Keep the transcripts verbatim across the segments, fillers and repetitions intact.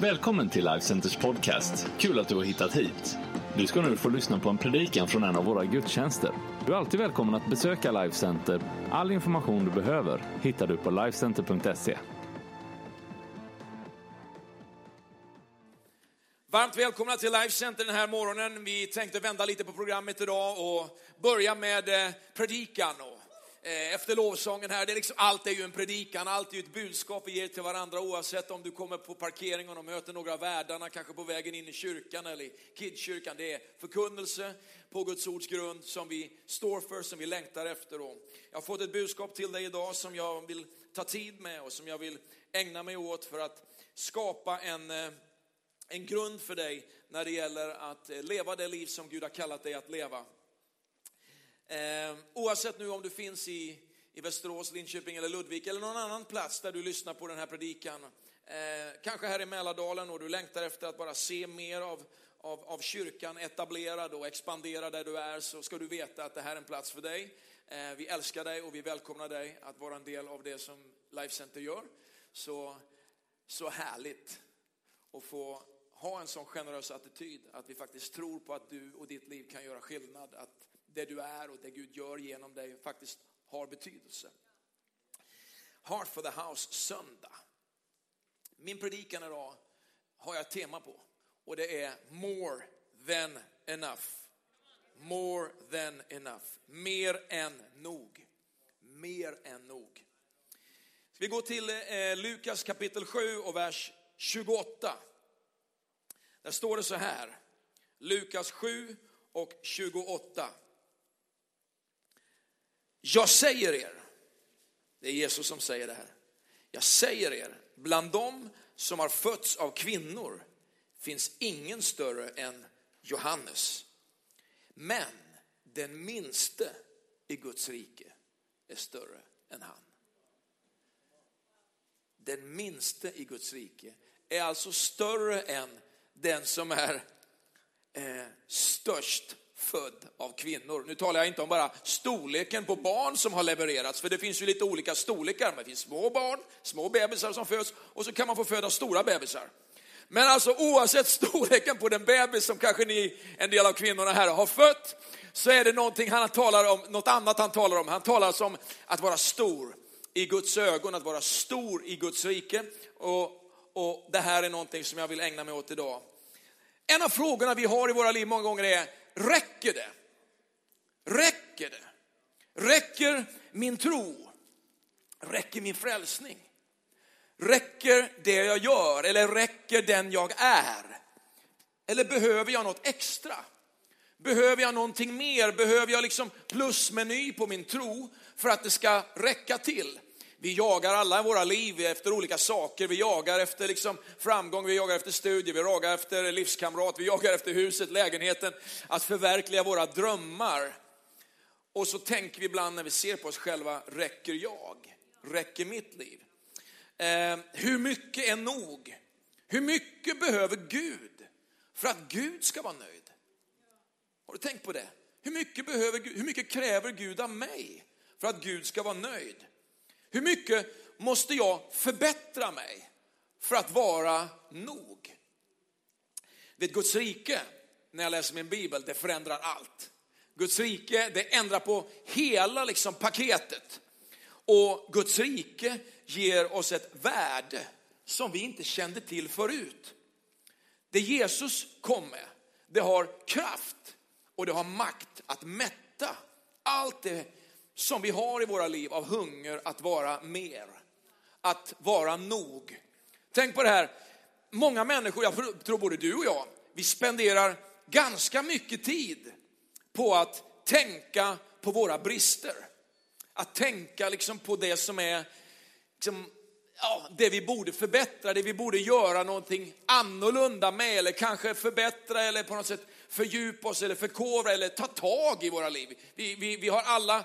Välkommen till Life Centers podcast. Kul att du har hittat hit. Du ska nu få lyssna på en predikan från en av våra gudstjänster. Du är alltid välkommen att besöka Life Center. All information du behöver hittar du på lifecenter punkt se. Varmt välkomna till Life Center den här morgonen. Vi tänkte vända lite på programmet idag och börja med predikan. Efter lovsången här, det är liksom, allt är ju en predikan, allt är ju ett budskap vi ger till varandra, oavsett om du kommer på parkeringen och möter några värdarna, kanske på vägen in i kyrkan eller i kidkyrkan. Det är förkunnelse på Guds ords grund som vi står för, som vi längtar efter. Och jag har fått ett budskap till dig idag som jag vill ta tid med och som jag vill ägna mig åt för att skapa en, en grund för dig när det gäller att leva det liv som Gud har kallat dig att leva. Eh, oavsett nu om du finns i, i Västerås, Linköping eller Ludvika eller någon annan plats där du lyssnar på den här predikan. Eh, kanske här i Mälardalen och du längtar efter att bara se mer av, av, av kyrkan etablerad och expandera där du är, så ska du veta att det här är en plats för dig. Eh, vi älskar dig och vi välkomnar dig att vara en del av det som Life Center gör. Så, så härligt att få ha en sån generös attityd att vi faktiskt tror på att du och ditt liv kan göra skillnad, att det du är och det Gud gör genom dig faktiskt har betydelse. Heart for the House söndag. Min predikan idag har jag ett tema på. Och det är more than enough. More than enough. Mer än nog. Mer än nog. Ska vi gå till eh, Lukas kapitel sju och vers tjugoåtta. Där står det så här. Lukas sju och tjugoåtta. Jag säger er, det är Jesus som säger det här. Jag säger er, bland dem som har fötts av kvinnor finns ingen större än Johannes. Men den minste i Guds rike är större än han. Den minste i Guds rike är alltså större än den som är eh, störst född av kvinnor. Nu talar jag inte om bara storleken på barn som har levererats, för det finns ju lite olika storlekar. Det finns små barn, små bebisar som föds, och så kan man få föda stora bebisar. Men alltså oavsett storleken på den bebis som kanske ni, en del av kvinnorna här, har fött, så är det någonting han talar om, något annat han talar om. Han talar om att vara stor i Guds ögon, att vara stor i Guds rike. Och, och det här är någonting som jag vill ägna mig åt idag. En av frågorna vi har i våra liv många gånger är: räcker det? Räcker det? Räcker min tro? Räcker min frälsning? Räcker det jag gör? Eller räcker den jag är? Eller behöver jag något extra? Behöver jag någonting mer? Behöver jag liksom plusmeny på min tro för att det ska räcka till? Vi jagar alla i våra liv efter olika saker. Vi jagar efter liksom framgång, vi jagar efter studier, vi jagar efter livskamrat, vi jagar efter huset, lägenheten. Att förverkliga våra drömmar. Och så tänker vi ibland när vi ser på oss själva: räcker jag? Räcker mitt liv? Eh, hur mycket är nog? Hur mycket behöver Gud för att Gud ska vara nöjd? Har du tänkt på det? Hur mycket, behöver Gud, hur mycket kräver Gud av mig för att Gud ska vara nöjd? Hur mycket måste jag förbättra mig för att vara nog? Vet, Guds rike, när jag läser min bibel, det förändrar allt. Guds rike, det ändrar på hela liksom paketet. Och Guds rike ger oss ett värde som vi inte kände till förut. Det Jesus kom med, det har kraft och det har makt att mätta allt det som vi har i våra liv av hunger att vara mer. Att vara nog. Tänk på det här. Många människor, jag tror både du och jag, vi spenderar ganska mycket tid på att tänka på våra brister. Att tänka liksom på det som är liksom, ja, det vi borde förbättra, det vi borde göra någonting annorlunda med, eller kanske förbättra, eller på något sätt fördjupa oss eller förkovra eller ta tag i våra liv. Vi, vi, vi har alla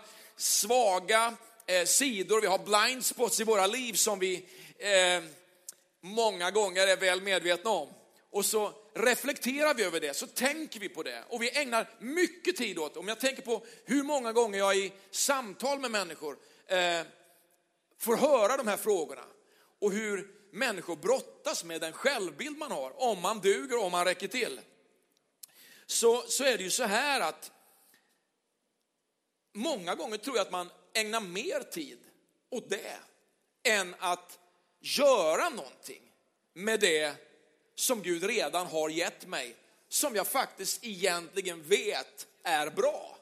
svaga eh, sidor, vi har blind spots i våra liv som vi eh, många gånger är väl medvetna om. Och så reflekterar vi över det, så tänker vi på det. Och vi ägnar mycket tid åt det. Om jag tänker på hur många gånger jag i samtal med människor eh, får höra de här frågorna. Och hur människor brottas med den självbild man har, om man duger, om man räcker till. Så, så är det ju så här att många gånger tror jag att man ägnar mer tid åt det än att göra någonting med det som Gud redan har gett mig, som jag faktiskt egentligen vet är bra.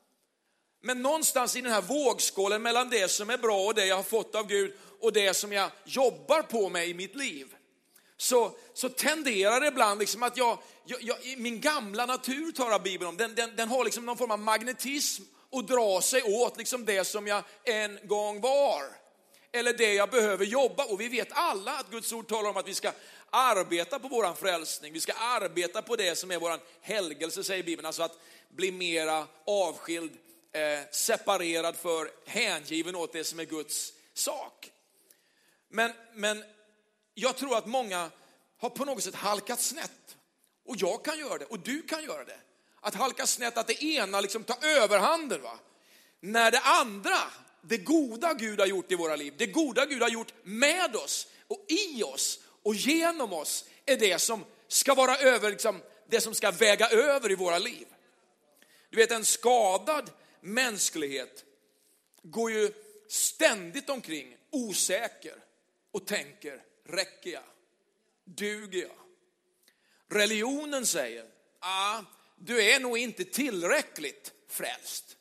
Men någonstans i den här vågskålen mellan det som är bra och det jag har fått av Gud och det som jag jobbar på med i mitt liv, så, så tenderar det ibland liksom att jag, jag, jag min gamla natur, tar Bibeln om, den, den, den har liksom någon form av magnetism och drar sig åt liksom det som jag en gång var. Eller det jag behöver jobba. Och vi vet alla att Guds ord talar om att vi ska arbeta på våran frälsning. Vi ska arbeta på det som är våran helgelse, säger Bibeln. Alltså att bli mera avskild, eh, separerad för, hängiven åt det som är Guds sak. Men, men jag tror att många har på något sätt halkat snett. Och jag kan göra det, och du kan göra det. Att halka snett, att det ena liksom tar överhanden, va? När det andra, det goda Gud har gjort i våra liv, det goda Gud har gjort med oss och i oss och genom oss, är det som ska vara över, liksom, det som ska väga över i våra liv. Du vet, en skadad mänsklighet går ju ständigt omkring osäker och tänker, räcker jag? Duger jag? Religionen säger, ah, du är nog inte tillräckligt frälst.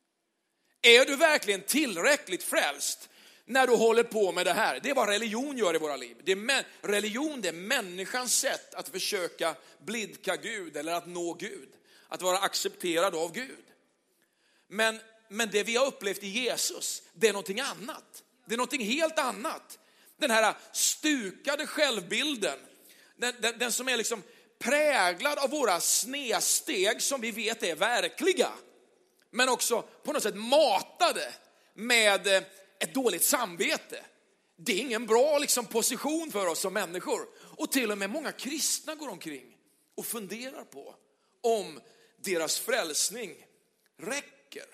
Är du verkligen tillräckligt frälst när du håller på med det här? Det är vad religion gör i våra liv. Det är mä- religion, det är människans sätt att försöka blidka Gud eller att nå Gud. Att vara accepterad av Gud. Men, men det vi har upplevt i Jesus, det är någonting annat. Det är någonting helt annat. Den här stukade självbilden, den, den, den som är liksom präglad av våra snedsteg som vi vet är verkliga. Men också på något sätt matade med ett dåligt samvete. Det är ingen bra liksom position för oss som människor. Och till och med många kristna går omkring och funderar på om deras frälsning räcker.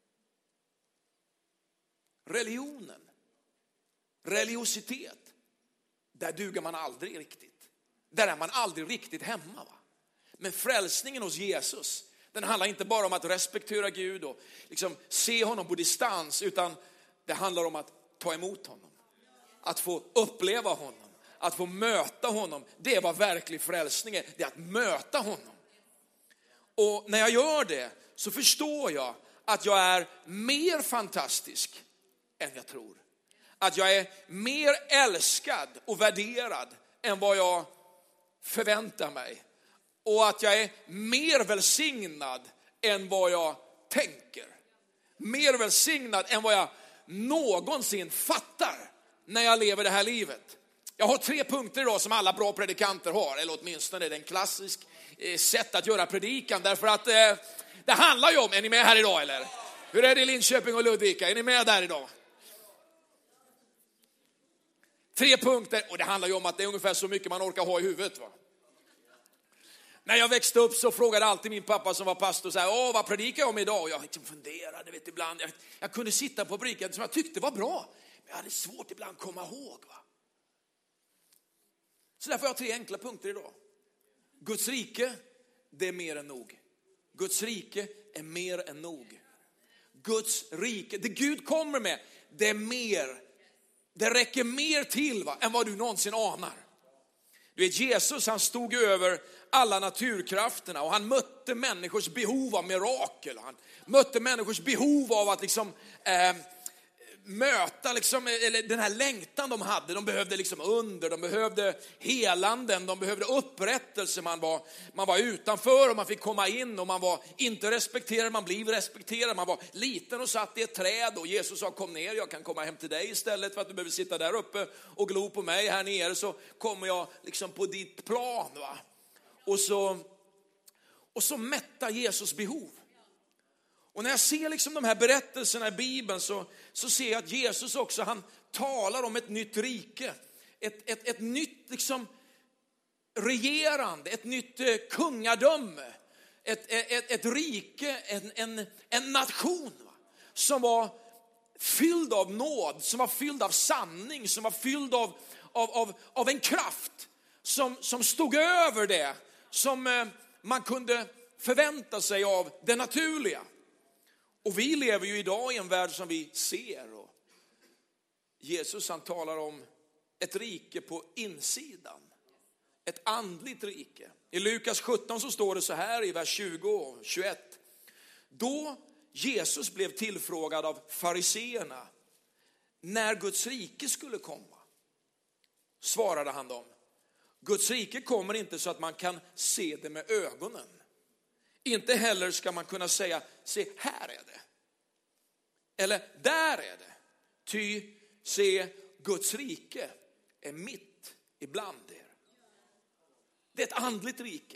Religionen, religiositet, där duger man aldrig riktigt. Där är man aldrig riktigt hemma, va? Men frälsningen hos Jesus, den handlar inte bara om att respektera Gud och liksom se honom på distans, utan det handlar om att ta emot honom. Att få uppleva honom, att få möta honom. Det är vad verklig frälsning är, det är att möta honom. Och när jag gör det så förstår jag att jag är mer fantastisk än jag tror. Att jag är mer älskad och värderad än vad jag förväntar mig. Och att jag är mer välsignad än vad jag tänker. Mer välsignad än vad jag någonsin fattar när jag lever det här livet. Jag har tre punkter idag som alla bra predikanter har. Eller åtminstone det är en klassisk eh, sätt att göra predikan. Därför att eh, det handlar ju om, är ni med här idag eller? Hur är det i Linköping och Ludvika? Är ni med där idag? Tre punkter, och det handlar ju om att det är ungefär så mycket man orkar ha i huvudet, va? När jag växte upp så frågade alltid min pappa som var pastor så här, åh, vad predikar jag om idag? Och jag liksom funderade, vet, ibland. Jag, jag kunde sitta på predikan som jag tyckte var bra, men jag hade svårt ibland komma ihåg, va? Så därför har jag tre enkla punkter idag. Guds rike, det är mer än nog. Guds rike är mer än nog. Guds rike, det Gud kommer med, det är mer. Det räcker mer till, va, än vad du någonsin anar. Du vet, Jesus, han stod över alla naturkrafterna och han mötte människors behov av mirakel. Han mötte människors behov av att liksom eh, möta liksom, eller den här längtan de hade. De behövde liksom under, de behövde helanden, de behövde upprättelse. Man var, man var utanför och man fick komma in, och man var inte respekterad, man blev respekterad. Man var liten och satt i ett träd och Jesus sa, kom ner, jag kan komma hem till dig istället för att du behöver sitta där uppe och glo på mig här nere, så kommer jag liksom på ditt plan, va? Och så, och så mätta Jesus behov. Och när jag ser liksom de här berättelserna i Bibeln så, så ser jag att Jesus också, han talar om ett nytt rike. Ett, ett, ett nytt liksom regerande, ett nytt eh, kungadöme. Ett, ett, ett rike, en, en, en nation, va? Som var fylld av nåd, som var fylld av sanning, som var fylld av, av, av, av en kraft som, som stod över det som eh, man kunde förvänta sig av det naturliga. Och vi lever ju idag i en värld som vi ser. Och Jesus han talar om ett rike på insidan. Ett andligt rike. I Lukas sjutton så står det så här i vers tjugo och tjugoett. Då Jesus blev tillfrågad av fariseerna när Guds rike skulle komma, svarade han dem: Guds rike kommer inte så att man kan se det med ögonen. Inte heller ska man kunna säga, se här är det. Eller där är det. Ty se, Guds rike är mitt ibland er. Det är ett andligt rike.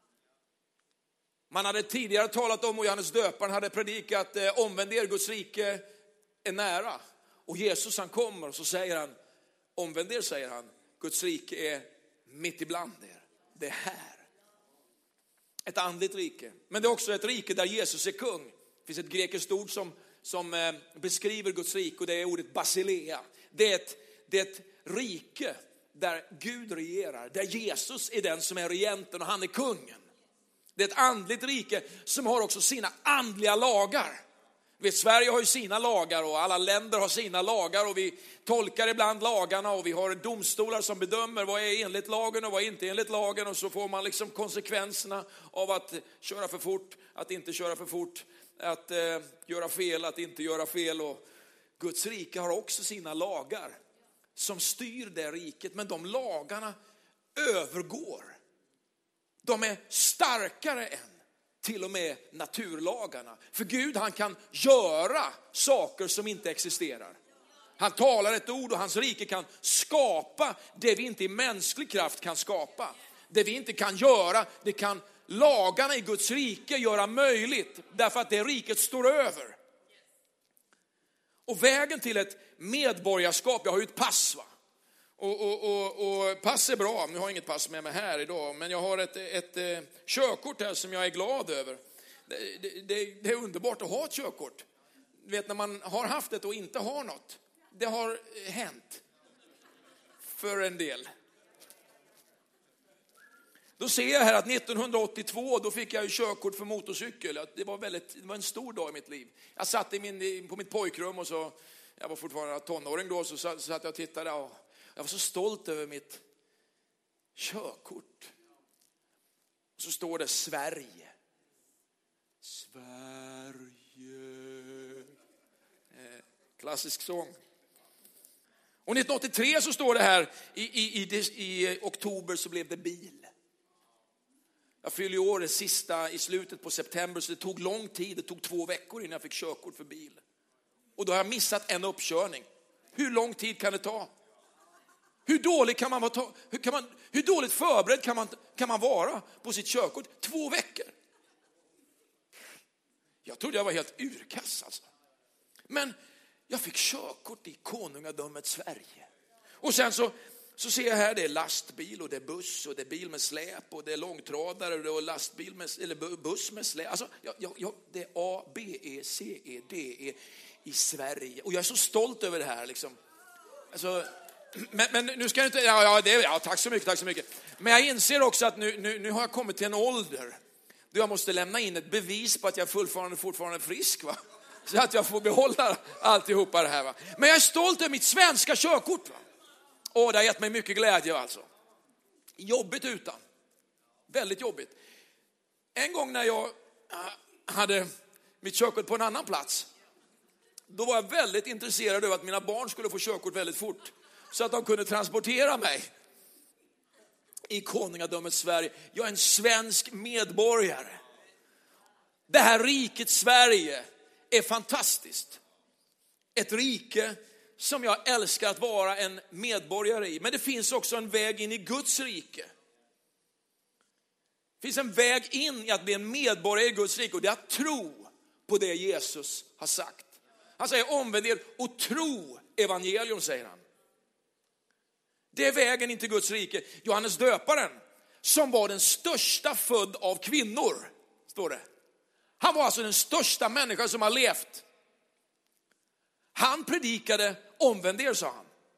Man hade tidigare talat om, och Johannes döparen hade predikat, eh, omvänd er, Guds rike är nära. Och Jesus han kommer och så säger han, omvänd er, säger han, Guds rike är mitt ibland er. Det är här. Ett andligt rike. Men det är också ett rike där Jesus är kung. Det finns ett grekiskt ord som, som eh, beskriver Guds rike, och det är ordet basilea. Det är ett, det är ett rike där Gud regerar, där Jesus är den som är regenten och han är kungen. Det är ett andligt rike som har också sina andliga lagar. Vet, Sverige har ju sina lagar och alla länder har sina lagar, och vi tolkar ibland lagarna, och vi har domstolar som bedömer vad är enligt lagen och vad är inte enligt lagen, och så får man liksom konsekvenserna av att köra för fort, att inte köra för fort, att eh, göra fel, att inte göra fel. Och Guds rike har också sina lagar som styr det riket, men de lagarna övergår. De är starkare än till och med naturlagarna. För Gud han kan göra saker som inte existerar. Han talar ett ord och hans rike kan skapa det vi inte i mänsklig kraft kan skapa. Det vi inte kan göra, det kan lagarna i Guds rike göra möjligt. Därför att det riket står över. Och vägen till ett medborgarskap, jag har ju ett pass va. Och, och, och, och pass är bra, nu har jag inget pass med mig här idag, men jag har ett, ett, ett körkort här som jag är glad över. Det, det, det är underbart att ha ett körkort. Du vet när man har haft det och inte har något. Det har hänt för en del. Då ser jag här att nittonhundraåttiotvå, då fick jag ju körkort för motorcykel. Det var, väldigt, det var en stor dag i mitt liv. Jag satt i min, på mitt pojkrum och så, jag var fortfarande tonåring då, så satt jag och tittade och jag var så stolt över mitt körkort. Så står det Sverige. Sverige. Eh, klassisk sång. Och nittonhundraåttiotre så står det här, i, i, i, i oktober så blev det bil. Jag fyllde år det sista i slutet på september, så det tog lång tid. Det tog två veckor innan jag fick körkort för bil. Och då har jag missat en uppkörning. Hur lång tid kan det ta? Hur dålig kan man vara, hur, kan man, hur dåligt förberedd kan man, kan man vara på sitt körkort? Två veckor. Jag trodde jag var helt urkass alltså. Men jag fick körkort i konungadömet Sverige. Och sen så, så ser jag här, det är lastbil och det är buss och det är bil med släp och det är långtradare och det är lastbil med, eller buss med släp. Alltså, jag, jag, jag, det är A, B, E, C, E, D, E i Sverige. Och jag är så stolt över det här liksom. Alltså, men, men nu ska jag inte, ja, ja, det, ja tack så mycket, tack så mycket. Men jag inser också att nu, nu, nu har jag kommit till en ålder då jag måste lämna in ett bevis på att jag fortfarande, fortfarande är frisk va. Så att jag får behålla alltihopa det här va. Men jag är stolt över mitt svenska körkort va. Och det har gett mig mycket glädje alltså. Jobbigt utan. Väldigt jobbigt. En gång när jag hade mitt körkort på en annan plats, då var jag väldigt intresserad över att mina barn skulle få körkort väldigt fort. Så att de kunde transportera mig i konungadömet Sverige. Jag är en svensk medborgare. Det här riket Sverige är fantastiskt. Ett rike som jag älskar att vara en medborgare i. Men det finns också en väg in i Guds rike. Det finns en väg in i att bli en medborgare i Guds rike. Och det är att tro på det Jesus har sagt. Han säger omvänd er och tro evangelium, säger han. Det är vägen in till Guds rike. Johannes döparen, som var den största född av kvinnor, står det. Han var alltså den största människan som har levt. Han predikade omvänd er, sa han.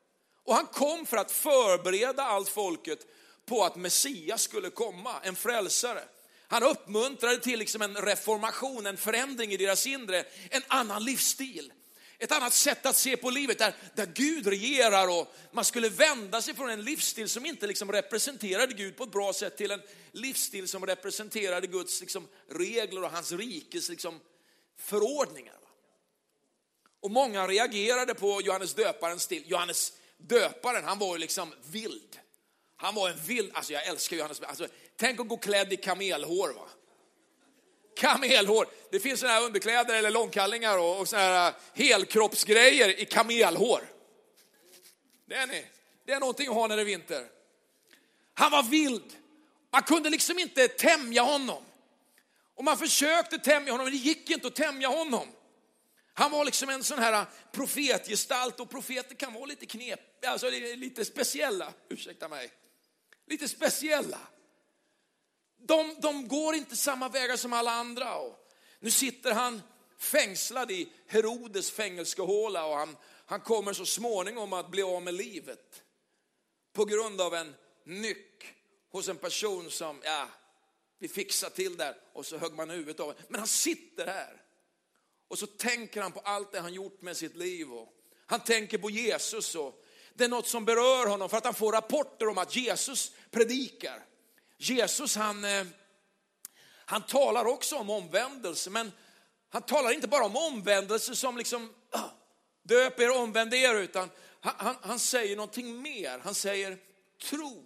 Och han kom för att förbereda allt folket på att Messias skulle komma, en frälsare. Han uppmuntrade till liksom en reformation, en förändring i deras inre, en annan livsstil. Ett annat sätt att se på livet där, där Gud regerar, och man skulle vända sig från en livsstil som inte liksom representerade Gud på ett bra sätt till en livsstil som representerade Guds liksom regler och hans rikes liksom förordningar. Och många reagerade på Johannes döparens stil. Johannes döparen, han var ju liksom vild. Han var en vild, alltså jag älskar Johannes. Alltså, tänk att gå klädd i kamelhår, va? Kamelhår. Det finns såna här underkläder eller långkallingar och, och såna här helkroppsgrejer i kamelhår. Det är ni. Det är någonting att ha när det är vinter. Han var vild. Man kunde liksom inte tämja honom. Och man försökte tämja honom, men det gick inte att tämja honom. Han var liksom en sån här profetgestalt, och profeter kan vara lite knep, alltså lite speciella, ursäkta mig. Lite speciella. De, de går inte samma vägar som alla andra. Och nu sitter han fängslad i Herodes fängelsehåla, och han, han kommer så småningom att bli av med livet på grund av en nyck hos en person som, ja, vi fixar till där, och så högg man huvudet av. Men han sitter här. Och så tänker han på allt det han gjort med sitt liv. Och han tänker på Jesus. Och det är något som berör honom, för att han får rapporter om att Jesus predikar. Jesus han, han talar också om omvändelse. Men han talar inte bara om omvändelse som liksom döp er, omvänd er. Utan han, han, han säger någonting mer. Han säger tro.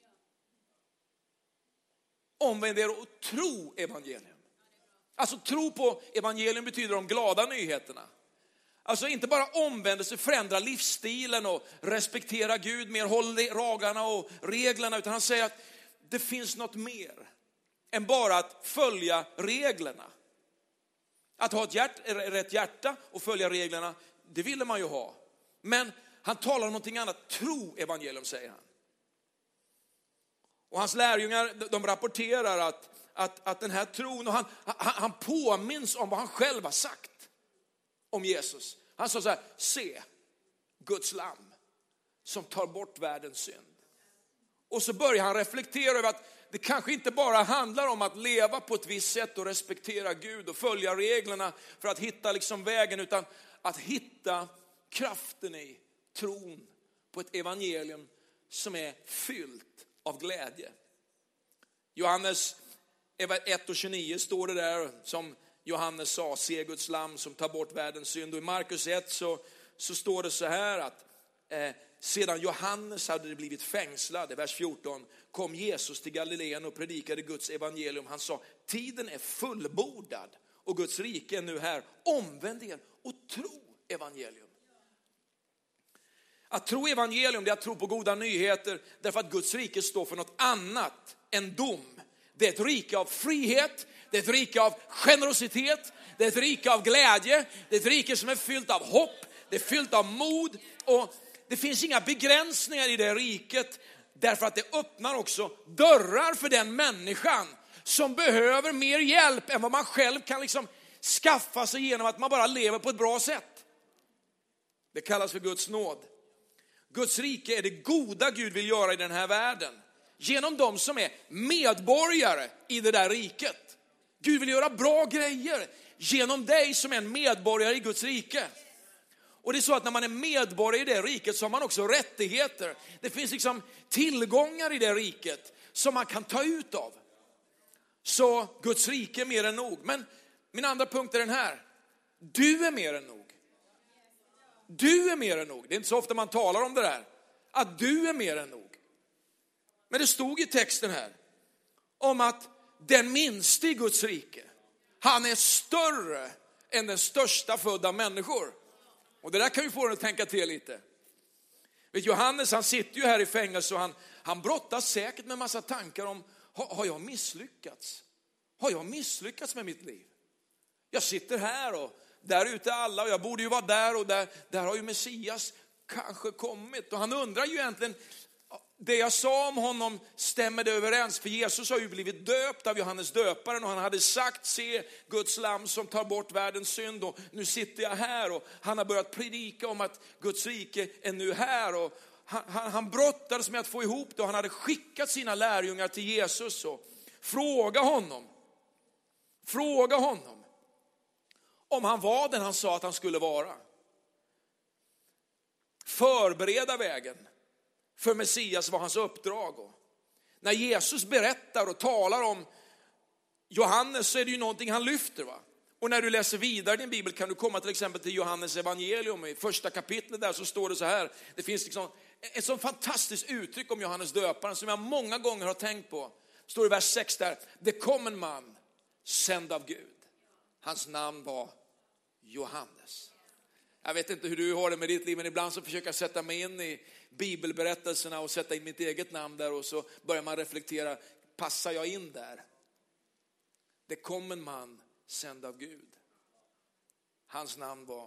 Omvänd er och tro evangelium. Alltså tro på evangelium betyder de glada nyheterna. Alltså inte bara omvändelse, förändra livsstilen och respektera Gud mer, håll lagarna och reglerna. Utan han säger att det finns något mer än bara att följa reglerna. Att ha ett hjärt, rätt hjärta och följa reglerna, det ville man ju ha. Men han talar om någonting annat. Tro evangelium, säger han. Och hans lärjungar, de rapporterar att Att, att den här tron, och han, han, han påminns om vad han själv har sagt om Jesus. Han sa så här: se Guds lamm som tar bort världens synd. Och så börjar han reflektera över att det kanske inte bara handlar om att leva på ett visst sätt och respektera Gud och följa reglerna för att hitta liksom vägen, utan att hitta kraften i tron på ett evangelium som är fyllt av glädje. Johannes ett och tjugonio står det där som Johannes sa: se Guds lamm som tar bort världens synd. Och i Markus ett så, så står det så här att eh, sedan Johannes hade det blivit fängslad, i vers fjorton, kom Jesus till Galileen och predikade Guds evangelium. Han sa: tiden är fullbordad och Guds rike är nu här. Omvänd er och tro evangelium. Att tro evangelium, det är att tro på goda nyheter, därför att Guds rike står för något annat än dom. Det är ett rike av frihet, det är ett rike av generositet, det är ett rike av glädje, det är ett rike som är fyllt av hopp, det är fyllt av mod, och det finns inga begränsningar i det riket, därför att det öppnar också dörrar för den människan som behöver mer hjälp än vad man själv kan liksom skaffa sig genom att man bara lever på ett bra sätt. Det kallas för Guds nåd. Guds rike är det goda Gud vill göra i den här världen. Genom de som är medborgare i det där riket. Gud vill göra bra grejer genom dig som är en medborgare i Guds rike. Och det är så att när man är medborgare i det riket så har man också rättigheter. Det finns liksom tillgångar i det riket som man kan ta ut av. Så Guds rike är mer än nog. Men min andra punkt är den här: du är mer än nog. Du är mer än nog. Det är inte så ofta man talar om det där, att du är mer än nog. Men det stod i texten här om att den minste i Guds rike, han är större än den största födda människor. Och det där kan ju få en att tänka till lite. Vet, Johannes, han sitter ju här i fängelse, och han, han brottas säkert med en massa tankar om, har, har jag misslyckats? Har jag misslyckats med mitt liv? Jag sitter här och där ute alla, och jag borde ju vara där, och där, där har ju Messias kanske kommit. Och han undrar ju egentligen, det jag sa om honom, stämmer det överens? För Jesus har ju blivit döpt av Johannes döparen, och han hade sagt: se Guds lamm som tar bort världens synd. Och nu sitter jag här, och han har börjat predika om att Guds rike är nu här. Och han, han, han brottades med att få ihop det. Och han hade skickat sina lärjungar till Jesus och fråga honom. Fråga honom om han var den han sa att han skulle vara. Förbereda vägen för Messias var hans uppdrag. Och när Jesus berättar och talar om Johannes så är det ju någonting han lyfter, va? Och när du läser vidare i din bibel kan du komma till exempel till Johannes evangelium. I första kapitlet där så står det så här. Det finns liksom ett så fantastiskt uttryck om Johannes döparen som jag många gånger har tänkt på. Det står i vers sex där. Det kom en man sänd av Gud. Hans namn var Johannes. Jag vet inte hur du har det med ditt liv, men ibland så försöker jag sätta mig in i bibelberättelserna och sätta in mitt eget namn där och så börjar man reflektera. Passar jag in där? Det kom en man sänd av Gud. Hans namn var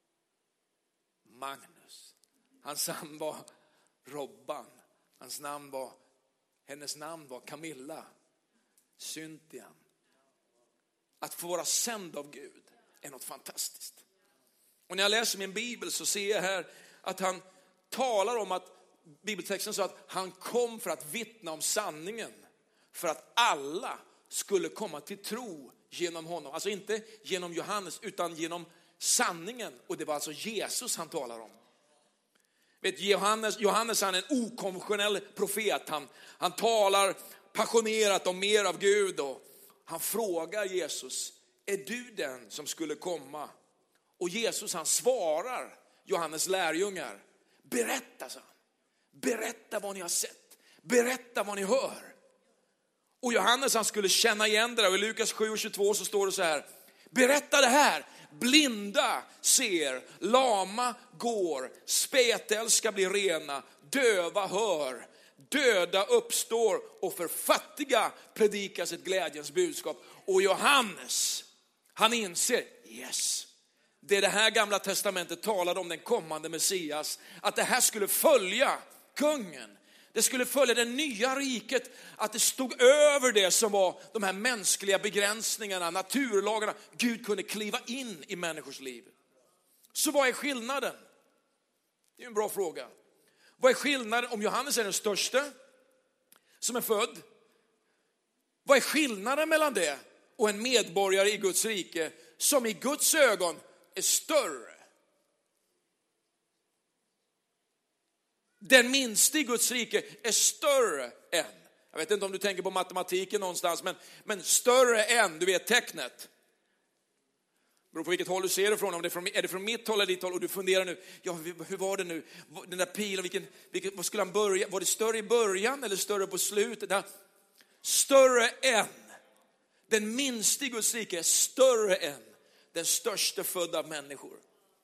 Magnus. Hans namn var Robban. Hans namn var, hennes namn var Camilla. Cynthia. Att få vara sänd av Gud är något fantastiskt. Och när jag läser min bibel så ser jag här att han talar om att bibeltexten sa att han kom för att vittna om sanningen. För att alla skulle komma till tro genom honom. Alltså inte genom Johannes utan genom sanningen. Och det var alltså Jesus han talar om. Vet, Johannes, Johannes han är en okonventionell profet. Han, han talar passionerat om mer av Gud. Och han frågar Jesus, är du den som skulle komma? Och Jesus han svarar Johannes lärjungar. Berätta, sa han. Berätta vad ni har sett. Berätta vad ni hör. Och Johannes han skulle känna igen det där. Och i Lukas sju och tjugotvå så står det så här. Berätta det här. Blinda ser, lama går, spetälska blir rena, döva hör, döda uppstår och för fattiga predikas ett glädjens budskap. Och Johannes, han inser, yes, det är det här gamla testamentet talade om den kommande Messias. Att det här skulle följa kungen. Det skulle följa det nya riket, att det stod över det som var de här mänskliga begränsningarna, naturlagarna. Gud kunde kliva in i människors liv. Så vad är skillnaden? Det är en bra fråga. Vad är skillnaden om Johannes är den största som är född? Vad är skillnaden mellan det och en medborgare i Guds rike som i Guds ögon är större? Den minsta i Guds rike är större än. Jag vet inte om du tänker på matematiken någonstans, men, men större än, du vet tecknet. Beror på vilket håll du ser det från. Om det är från, är det från mitt håll eller ditt håll och du funderar nu, ja hur var det nu? Den där pilen, vilken, vilken, vad skulle han börja? Var det större i början eller större på slutet? Ja. Större än. Den minsta i Guds rike är större än den största födda av människor.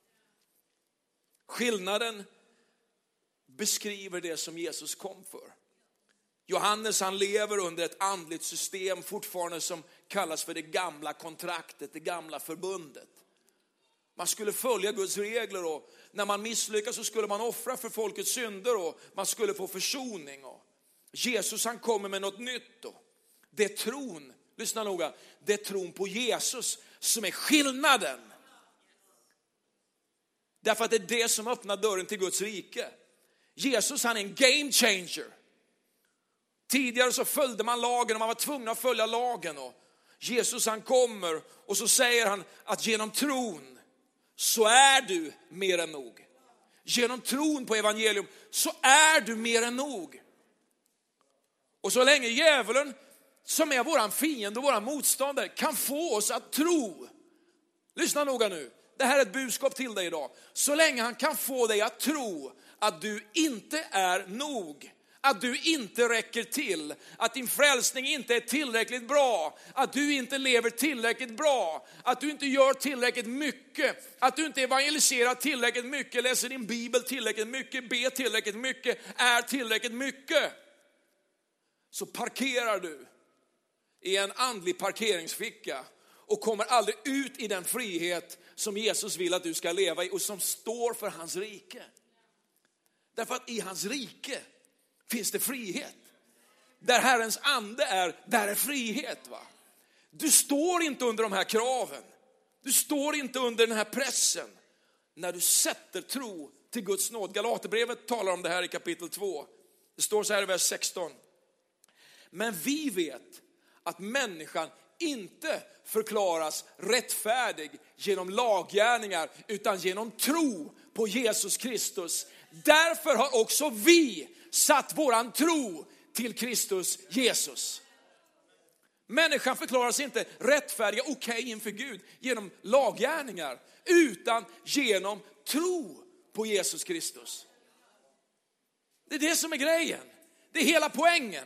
Skillnaden beskriver det som Jesus kom för. Johannes han lever under ett andligt system fortfarande som kallas för det gamla kontraktet, det gamla förbundet. Man skulle följa Guds regler och när man misslyckas så skulle man offra för folkets synder och man skulle få försoning. Och Jesus han kommer med något nytt då. Det är tron, lyssna noga, det är tron på Jesus som är skillnaden. Därför att det är det som öppnar dörren till Guds rike. Jesus han är en game changer. Tidigare så följde man lagen och man var tvungen att följa lagen. Och Jesus han kommer och så säger han att genom tron så är du mer än nog. Genom tron på evangelium så är du mer än nog. Och så länge djävulen som är våran fiende och våran motståndare kan få oss att tro. Lyssna noga nu. Det här är ett budskap till dig idag. Så länge han kan få dig att tro att du inte är nog. Att du inte räcker till. Att din frälsning inte är tillräckligt bra. Att du inte lever tillräckligt bra. Att du inte gör tillräckligt mycket. Att du inte evangeliserar tillräckligt mycket. Läser din bibel tillräckligt mycket. Ber tillräckligt mycket. Är tillräckligt mycket. Så parkerar du i en andlig parkeringsficka. Och kommer aldrig ut i den frihet som Jesus vill att du ska leva i. Och som står för hans rike. Därför att i hans rike finns det frihet. Där Herrens ande är, där är frihet, va? Du står inte under de här kraven. Du står inte under den här pressen. När du sätter tro till Guds nåd. Galaterbrevet talar om det här i kapitel två. Det står så här i vers sexton. Men vi vet att människan inte förklaras rättfärdig genom laggärningar utan genom tro på Jesus Kristus. Därför har också vi satt våran tro till Kristus Jesus. Människan förklaras inte rättfärdiga okej okay inför Gud genom laggärningar utan genom tro på Jesus Kristus. Det är det som är grejen. Det är hela poängen.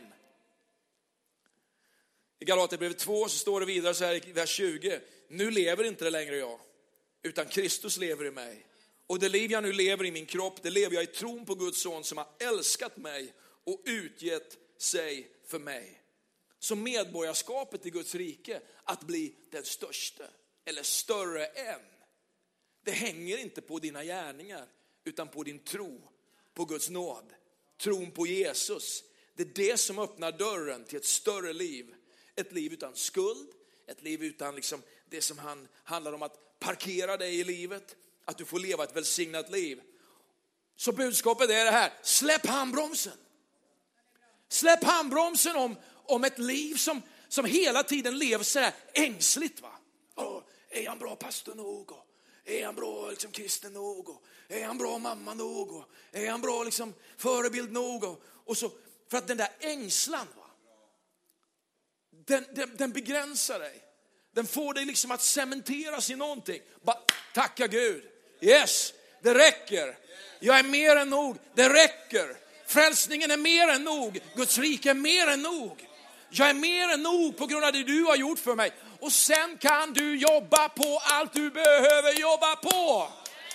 I Galaterbrevet två så står det vidare så här i vers tjugo. Nu lever inte det längre jag, utan Kristus lever i mig. Och det liv jag nu lever i min kropp, det lever jag i tron på Guds son som har älskat mig och utgett sig för mig. Så medborgarskapet i Guds rike, att bli den största eller större än, det hänger inte på dina gärningar utan på din tro på Guds nåd. Tron på Jesus. Det är det som öppnar dörren till ett större liv. Ett liv utan skuld. Ett liv utan liksom det som han, handlar om att parkera dig i livet. Att du får leva ett välsignat liv. Så budskapet är det här. Släpp handbromsen. Släpp handbromsen om, om ett liv som, som hela tiden lever så här ängsligt. Va? Oh, är han bra pastor nog? Och är han bra liksom, kristen nog? Och är han bra mamma nog? Och är han bra liksom, förebild nog? Och, och så, för att den där ängslan, va? Den, den, den begränsar dig. Den får dig liksom att cementeras i någonting. Bara, tacka Gud. Yes, det räcker. Jag är mer än nog. Det räcker. Frälsningen är mer än nog. Guds rike är mer än nog. Jag är mer än nog på grund av det du har gjort för mig. Och sen kan du jobba på allt du behöver jobba på.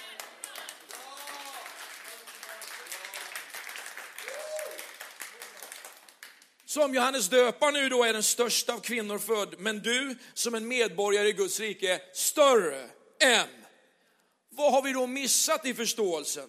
Som Johannes döparen nu då är den största av kvinnor född. Men du som en medborgare i Guds rike är större än. Vad har vi då missat i förståelsen?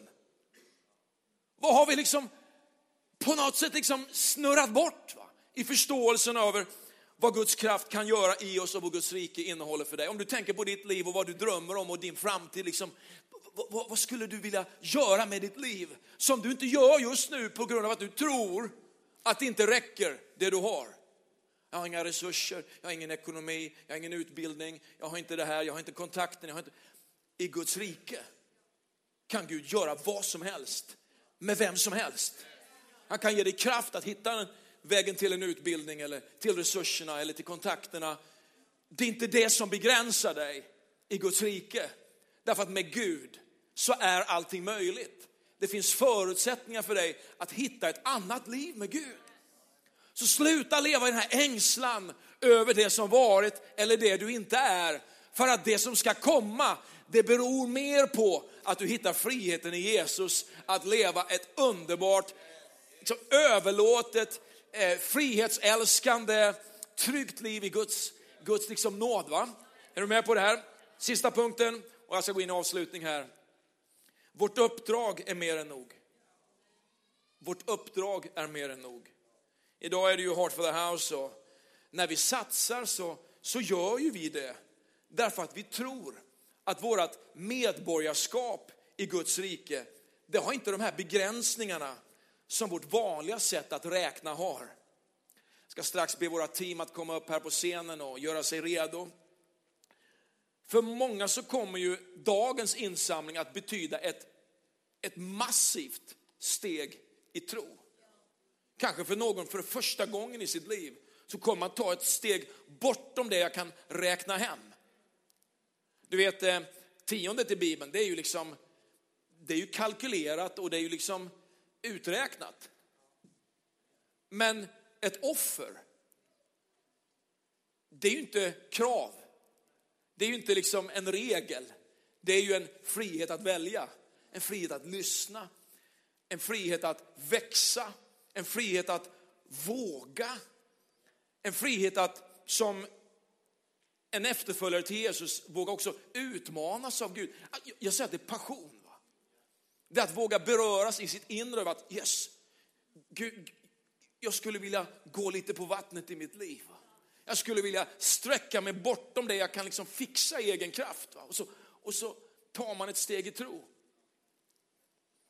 Vad har vi liksom på något sätt liksom snurrat bort, va? I förståelsen över vad Guds kraft kan göra i oss och vad Guds rike innehåller för dig. Om du tänker på ditt liv och vad du drömmer om och din framtid, liksom, vad, vad, vad skulle du vilja göra med ditt liv som du inte gör just nu på grund av att du tror att det inte räcker det du har? Jag har inga resurser, jag har ingen ekonomi, jag har ingen utbildning, jag har inte det här, jag har inte kontakten. Jag har inte... I Guds rike kan Gud göra vad som helst med vem som helst. Han kan ge dig kraft att hitta en vägen till en utbildning eller till resurserna eller till kontakterna. Det är inte det som begränsar dig i Guds rike. Därför att med Gud så är allting möjligt. Det finns förutsättningar för dig att hitta ett annat liv med Gud. Så sluta leva i den här ängslan över det som varit eller det du inte är. För att det som ska komma, det beror mer på att du hittar friheten i Jesus. Att leva ett underbart, liksom överlåtet, eh, frihetsälskande, tryggt liv i Guds, Guds liksom nåd. Va? Är du med på det här? Sista punkten, och jag ska gå in i avslutning här. Vårt uppdrag är mer än nog. Vårt uppdrag är mer än nog. Idag är det ju Heart for the House, och när vi satsar så, så gör ju vi det. Därför att vi tror att vårt medborgarskap i Guds rike, det har inte de här begränsningarna som vårt vanliga sätt att räkna har. Jag ska strax be våra team att komma upp här på scenen och göra sig redo. För många så kommer ju dagens insamling att betyda ett, ett massivt steg i tro. Kanske för någon för första gången i sitt liv så kommer man ta ett steg bortom det jag kan räkna hem. Du vet, tiondet i Bibeln, det är ju liksom, det är ju kalkylerat och det är ju liksom uträknat. Men ett offer, det är ju inte krav. Det är ju inte liksom en regel. Det är ju en frihet att välja. En frihet att lyssna. En frihet att växa. En frihet att våga. En frihet att som en efterföljare till Jesus våga också utmanas av Gud. Jag säger att det är passion. Va? Det är att våga beröras i sitt inre av att yes, Gud, jag skulle vilja gå lite på vattnet i mitt liv. Va? Jag skulle vilja sträcka mig bortom det jag kan liksom fixa i egen kraft. Va? Och, så, och så tar man ett steg i tro.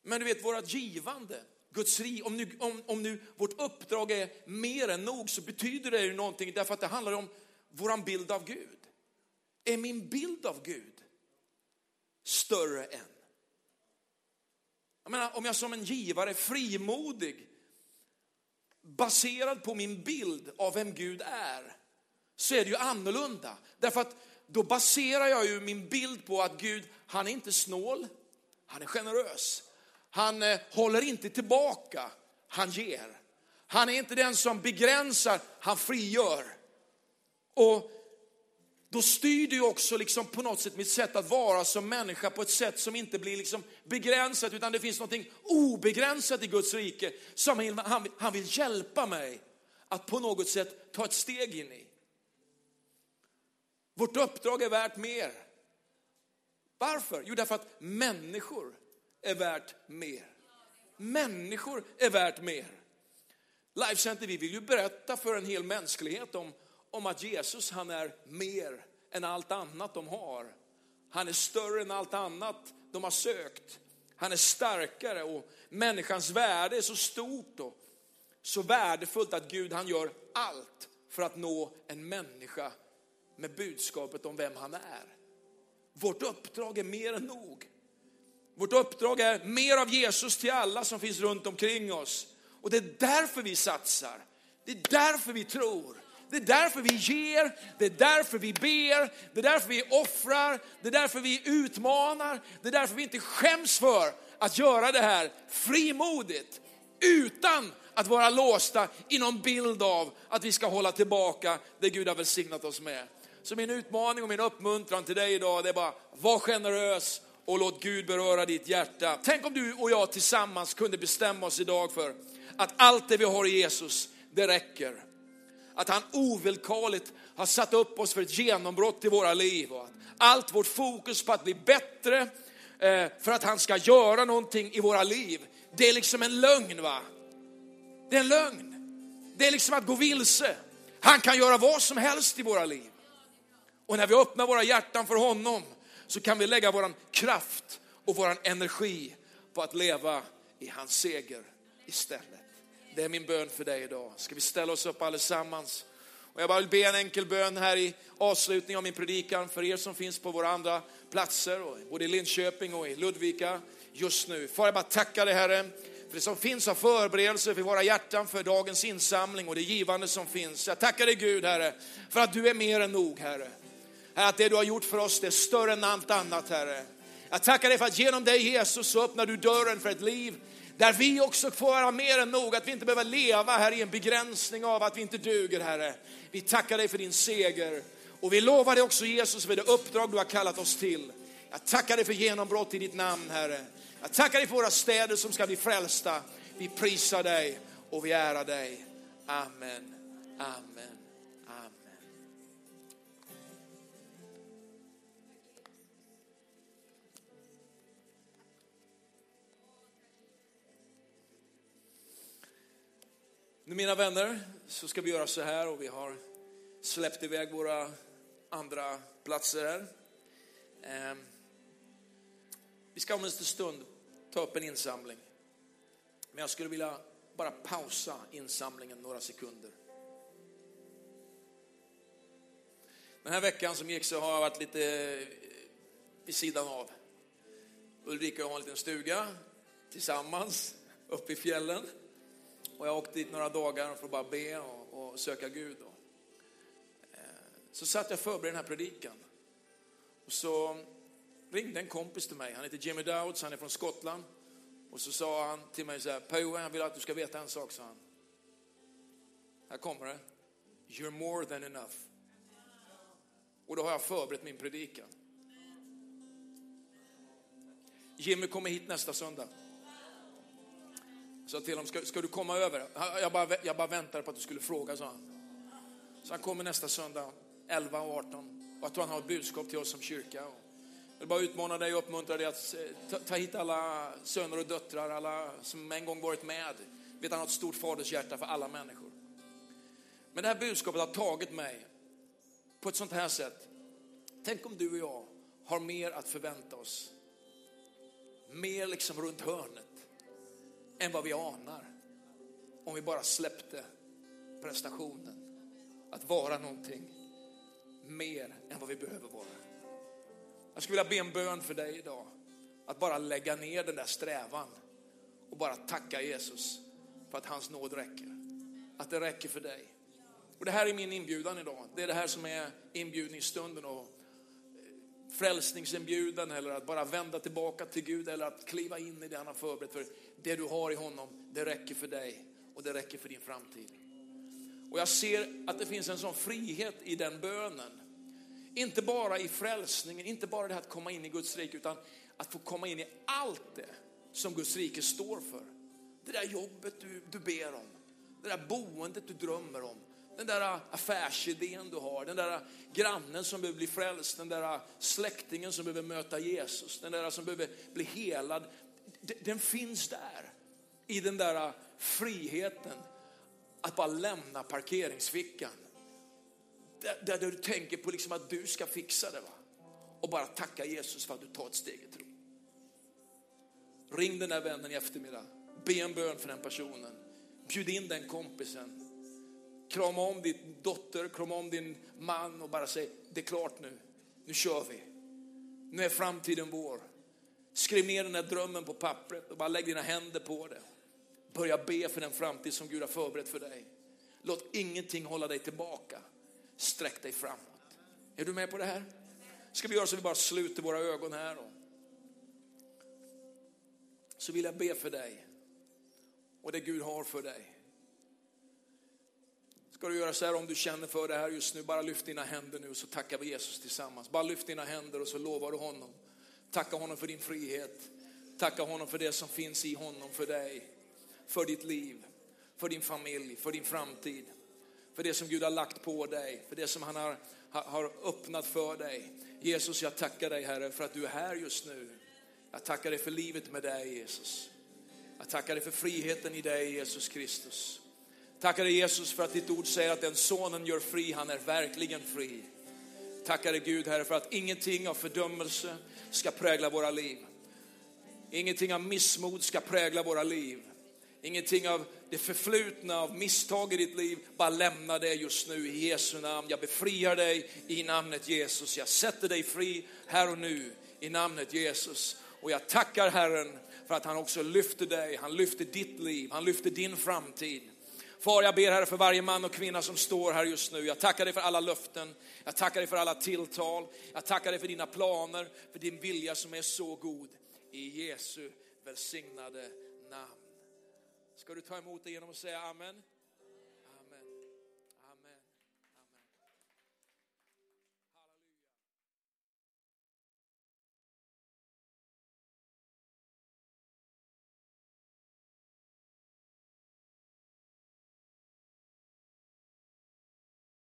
Men du vet, vårat givande, Guds rik, om nu, om, om nu vårt uppdrag är mer än nog, så betyder det ju någonting, därför att det handlar om våran bild av Gud. Är min bild av Gud större än? Jag menar, om jag som en givare är frimodig, baserad på min bild av vem Gud är, så är det ju annorlunda. Därför att då baserar jag ju min bild på att Gud, han är inte snål, han är generös. Han eh, håller inte tillbaka, han ger. Han är inte den som begränsar, han frigör. Och då styr det ju också liksom på något sätt mitt sätt att vara som människa på ett sätt som inte blir liksom begränsat, utan det finns något obegränsat i Guds rike som han, han vill hjälpa mig att på något sätt ta ett steg in i. Vårt uppdrag är värt mer. Varför? Jo, därför att människor är värt mer. Människor är värt mer. Life Center, vi vill ju berätta för en hel mänsklighet om, om att Jesus, han är mer än allt annat de har. Han är större än allt annat de har sökt. Han är starkare, och människans värde är så stort och så värdefullt att Gud, han gör allt för att nå en människa med budskapet om vem han är. Vårt uppdrag är mer än nog. Vårt uppdrag är mer av Jesus till alla som finns runt omkring oss. Och det är därför vi satsar. Det är därför vi tror. Det är därför vi ger. Det är därför vi ber. Det är därför vi offrar. Det är därför vi utmanar. Det är därför vi inte skäms för att göra det här frimodigt, utan att vara låsta i någon bild av att vi ska hålla tillbaka det Gud har välsignat oss med. Så min utmaning och min uppmuntran till dig idag, det är bara: var generös och låt Gud beröra ditt hjärta. Tänk om du och jag tillsammans kunde bestämma oss idag för att allt det vi har i Jesus, det räcker. Att han ovillkorligt har satt upp oss för ett genombrott i våra liv. Och att allt vårt fokus på att bli bättre för att han ska göra någonting i våra liv, det är liksom en lögn, va? Det är en lögn. Det är liksom att gå vilse. Han kan göra vad som helst i våra liv. Och när vi öppnar våra hjärtan för honom, så kan vi lägga våran kraft och våran energi på att leva i hans seger istället. Det är min bön för dig idag. Ska vi ställa oss upp allesammans? Och jag bara vill be en enkel bön här i avslutning av min predikan för er som finns på våra andra platser, och både i Linköping och i Ludvika just nu. Får jag bara tacka dig, Herre, för det som finns av förberedelser för våra hjärtan för dagens insamling och det givande som finns. Jag tackar dig, Gud, Herre, för att du är mer än nog, Herre. Att det du har gjort för oss, det är större än allt annat, Herre. Jag tackar dig för att genom dig, Jesus, så öppnar du dörren för ett liv där vi också får vara mer än nog. Att vi inte behöver leva här i en begränsning av att vi inte duger, Herre. Vi tackar dig för din seger. Och vi lovar dig också, Jesus, för det uppdrag du har kallat oss till. Jag tackar dig för genombrott i ditt namn, Herre. Jag tackar dig för våra städer som ska bli frälsta. Vi prisar dig och vi ärar dig. Amen. Amen. Nu, mina vänner, så ska vi göra så här, och vi har släppt iväg våra andra platser här. Eh, vi ska om en stund ta upp en insamling. Men jag skulle vilja bara pausa insamlingen några sekunder. Den här veckan som gick så har jag varit lite vid sidan av. Ulrika har en liten stuga tillsammans uppe i fjällen. Och jag åkte dit några dagar för att bara be och, och söka Gud. Och, eh, så satt jag förberedde den här predikan. Och så ringde en kompis till mig. Han heter Jimmy Dowds, han är från Skottland. Och så sa han till mig så här: Per, jag vill att du ska veta en sak, sa han. Här kommer det. You're more than enough. Och då har jag förberett min predikan. Jimmy kommer hit nästa söndag. Så till honom, ska, ska du komma över? Jag bara, jag bara väntade på att du skulle fråga, sa han. Så han kommer nästa söndag elva och arton. Och jag tror han har ett budskap till oss som kyrka. Jag vill bara utmana dig och uppmuntra dig att ta, ta hit alla söner och döttrar, alla som en gång varit med. Vet han har ett stort faders hjärta för alla människor. Men det här budskapet har tagit mig på ett sånt här sätt. Tänk om du och jag har mer att förvänta oss. Mer liksom runt hörnet. än vad vi anar. Om vi bara släppte prestationen. Att vara någonting mer än vad vi behöver vara. Jag skulle vilja be en bön för dig idag. Att bara lägga ner den där strävan. Och bara tacka Jesus för att hans nåd räcker. Att det räcker för dig. Och det här är min inbjudan idag. Det är det här som är inbjudningsstunden. Och frälsningsinbjudan. Eller att bara vända tillbaka till Gud. Eller att kliva in i det han har förberett. För det du har i honom, det räcker för dig. Och det räcker för din framtid. Och jag ser att det finns en sån frihet i den bönen. Inte bara i frälsningen, inte bara det att komma in i Guds rike, utan att få komma in i allt det som Guds rike står för. Det där jobbet du, du ber om, det där boendet du drömmer om, den där affärsidén du har, den där grannen som behöver bli frälst, den där släktingen som behöver möta Jesus, den där som behöver bli helad. Den finns där i den där friheten att bara lämna parkeringsfickan. Där, där du tänker på liksom att du ska fixa det, va? Och bara tacka Jesus för att du tar ett steg i tro. Ring den där vännen i eftermiddag. Be en bön för den personen. Bjud in den kompisen. Krama om din dotter, krama om din man och bara säg, det är klart nu. Nu kör vi. Nu är framtiden vår. Skriv ner den där drömmen på pappret och bara lägg dina händer på det. Börja be för den framtid som Gud har förberett för dig. Låt ingenting hålla dig tillbaka. Sträck dig framåt. Är du med på det här? Ska vi göra så vi bara sluter våra ögon här då? Så vill jag be för dig. Och det Gud har för dig. Ska du göra så här om du känner för det här just nu. Bara lyft dina händer nu och så tackar vi Jesus tillsammans. Bara lyft dina händer och så lovar du honom. Tacka honom för din frihet. Tacka honom för det som finns i honom för dig. För ditt liv. För din familj. För din framtid. För det som Gud har lagt på dig. För det som han har, har öppnat för dig. Jesus, jag tackar dig, Herre, för att du är här just nu. Jag tackar dig för livet med dig, Jesus. Jag tackar dig för friheten i dig, Jesus Kristus. Tackar dig, Jesus, för att ditt ord säger att den sonen gör fri, han är verkligen fri. Tackar dig, Gud, Herre, för att ingenting av fördömelse ska prägla våra liv. Ingenting av missmod ska prägla våra liv. Ingenting av det förflutna, av misstag i ditt liv. Bara lämna det just nu i Jesu namn. Jag befriar dig i namnet Jesus. Jag sätter dig fri här och nu i namnet Jesus. Och jag tackar Herren för att han också lyfter dig. Han lyfter ditt liv. Han lyfter din framtid. Far, jag ber, Herre, för varje man och kvinna som står här just nu. Jag tackar dig för alla löften. Jag tackar dig för alla tilltal. Jag tackar dig för dina planer. För din vilja som är så god. I Jesu välsignade namn. Ska du ta emot det genom att säga amen?